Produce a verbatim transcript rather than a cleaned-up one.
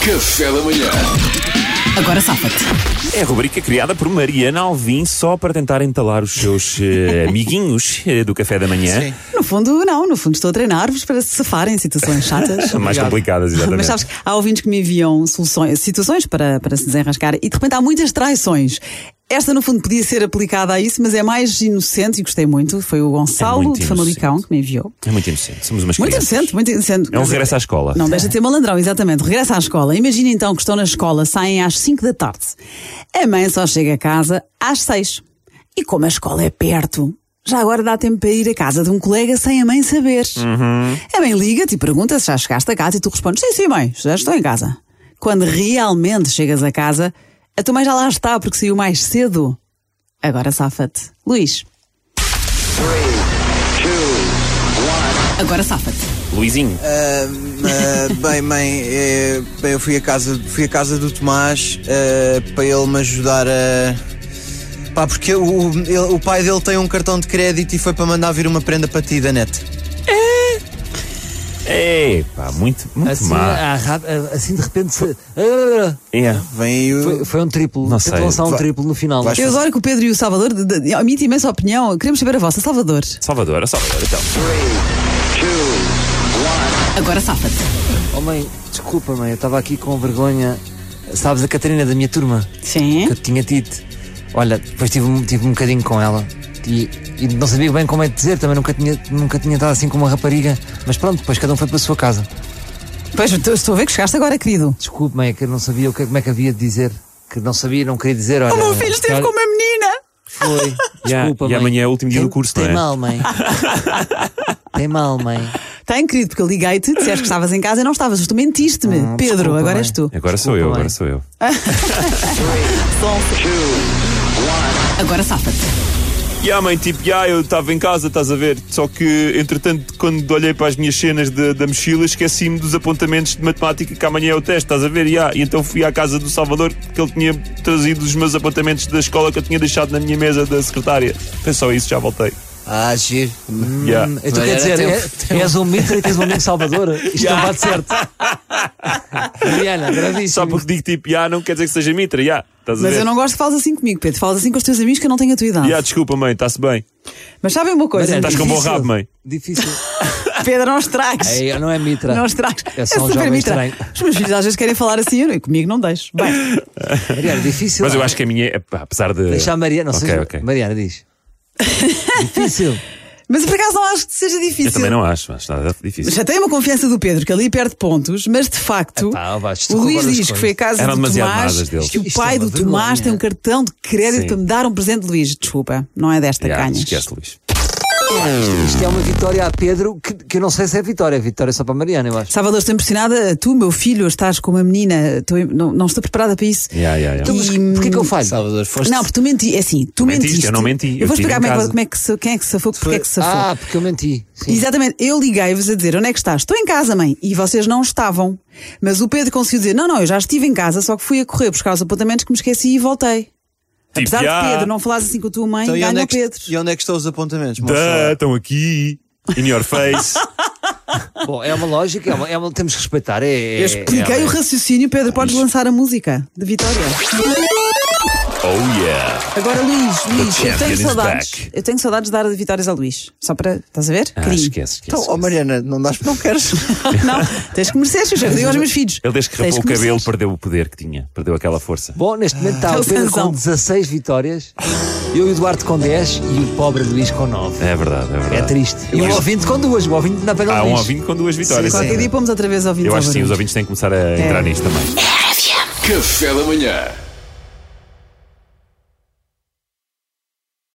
Café da manhã. Agora safa-te. É a rubrica criada por Mariana Alvim só para tentar entalar os seus uh, amiguinhos uh, do café da manhã. Sim. No fundo, não. No fundo, estou a treinar-vos para se safarem em situações chatas. Mais complicadas, exatamente. Mas sabes que há ouvintes que me enviam soluções, situações para, para se desenrascar e de repente há muitas traições. Esta, no fundo, podia ser aplicada a isso, mas é mais inocente e gostei muito. Foi o Gonçalo é de Famalicão que me enviou. É muito inocente. Somos umas Muito crianças. inocente, muito inocente. É um regresso à escola. Não deixa de ser malandrão, exatamente. Regressa à escola. Imagina então que estão na escola, saem às cinco da tarde. A mãe só chega a casa às seis. E como a escola é perto, já agora dá tempo para ir à casa de um colega sem a mãe saber. Uhum. A mãe liga-te e pergunta se já chegaste a casa e tu respondes: sim, sim, mãe, já estou em casa. Quando realmente chegas a casa, a tua mãe já lá está porque saiu mais cedo. Agora safa-te. Luís. Agora safa-te. Luizinho. Uh, uh, bem, mãe, é, bem, eu fui à casa, fui à casa do Tomás uh, para ele me ajudar a. Pá, porque o, ele, o pai dele tem um cartão de crédito e foi para mandar vir uma prenda para ti da net. É, pá, muito, muito assim, má. ah, rápido, assim de repente se... É. Vem aí o... foi, foi um triplo. Não Tentou sei. lançar um Vai- triplo no final. Vais- Eu adoro que o Pedro e o Salvador de- de- emitem imensa opinião. Queremos saber a vossa. Salvador. Salvador, a Salvador, então. Agora safa-te. Oh mãe, desculpa mãe, eu estava aqui com vergonha. Sabes a Catarina da minha turma? Sim. Que eu tinha dito. Olha, depois tive, um- tive um bocadinho com ela e, e não sabia bem como é de dizer. Também nunca tinha, nunca tinha estado assim com uma rapariga. Mas pronto, depois cada um foi para a sua casa. Pois, estou a ver que chegaste agora, querido. Desculpe mãe, é que eu não sabia o que, como é que havia de dizer. Que não sabia, não queria dizer. Olha, O meu filho esteve olha, com uma menina. Foi. Yeah, Desculpa e mãe. amanhã é o último dia Tem- do curso, tem não é? mal mãe. Tem mal mãe. Tem, querido, porque eu liguei-te, disseste que estavas em casa e não estavas. Tu mentiste-me. Hum, Pedro, desculpa, agora mãe. és tu. Agora sou Desculpa, eu, mãe. agora sou eu. Agora safa-te. E a mãe, tipo, já, eu estava em casa, estás a ver? Só que, entretanto, quando olhei para as minhas cenas de- da mochila, esqueci-me dos apontamentos de matemática, que amanhã é o teste, estás a ver? Ya. E então fui à casa do Salvador, que ele tinha trazido os meus apontamentos da escola que eu tinha deixado na minha mesa da secretária. Foi só isso, já voltei. Ah, giro. Ya. Hum, então Mas quer era dizer, teu- é, és um mitra e tens um amigo Salvador. Isto não bate certo. Mariana, gravíssimo. Só porque digo tipo, já, não quer dizer que seja mitra, já. Estás a Mas ver? eu não gosto que fales assim comigo, Pedro. Falas assim com os teus amigos que eu não tenho a tua idade. Ya, desculpa, mãe, está-se bem. Mas sabem uma coisa? Mariana, Estás com bom difícil. rabo, mãe. Difícil. Pedro, não estragues. É, não é mitra. Não estragues. É só um super jovem mitra. estranho. Os meus filhos às vezes querem falar assim, eu, comigo não deixo. Bem, Mariana, difícil. Mas eu acho que a minha, é, pá, apesar de... Deixa a Mariana, não Ok, seja. ok. Mariana, diz. Difícil. mas por acaso não acho que seja difícil. Eu também não acho, mas nada difícil. Já tenho uma confiança do Pedro, que ali perde pontos, mas de facto, Epá, ó, vais, tu o Luís concordas diz com que foi a isso? casa Eram do demasiado Tomás, masas deles. que o Isto é pai uma do Tomás vergonha. tem um cartão de crédito Sim. para me dar um presente de Luís. Desculpa, não é desta Ya, canhas. esquece, Luís. Isto é uma vitória a Pedro que, que eu não sei se é vitória. É vitória só para a Mariana, eu acho. Salvador, estou impressionada. Tu, meu filho, estás com uma menina. Estou- não, não estou preparada para isso. Ya, ya, ya. Então, mas E- porquê que eu falho? Salvador, foste. Não, porque tu menti, é assim, tu mentiste, mentiste. eu não menti, eu Eu vou estive explicar em como é, que- casa. como é que se, quem é que se safou, porque é que se safou. Ah, porque eu menti. Sim. Exatamente, eu liguei-vos a dizer onde é que estás? Estou em casa, mãe. E vocês não estavam. Mas o Pedro conseguiu dizer: não, não, eu já estive em casa, só que fui a correr buscar os apontamentos que me esqueci e voltei. Tipo, Apesar já. de Pedro não falares assim com a tua mãe, Então, e, onde ganha é o que, Pedro. e onde é que estão os apontamentos? Dá, Mostra estão aqui. In your face. Bom, é uma lógica, é uma, é uma- temos que respeitar. É, é, Eu expliquei é, o raciocínio, Pedro, podes lançar a música de Vitória. Oh yeah. Agora, Luís, Luís, champion eu tenho is saudades. back. Eu tenho saudades de dar vitórias ao Luís. Só para. Estás a ver? Ah, Carinho. esquece, esquece. Então, oh Mariana, não dás porque não queres. Não, tens que merecer, eu já digo aos meus filhos. Ele desde que Tens rapou o que cabelo merecer. perdeu o poder que tinha. Perdeu aquela força. Bom, neste momento está É o o Pedro Sansão. com dezasseis vitórias, eu e o Eduardo com dez e o pobre Luís com nove. É verdade, é verdade. É triste. E Eu o acho- ouvinte com duas. O ouvinte na pena Há do um Luís. ouvinte com duas vitórias. Sim, sim. Qualquer dia pomos outra vez ao ouvinte. Eu acho que sim, os ouvintes têm que começar a entrar nisto também. Café da manhã.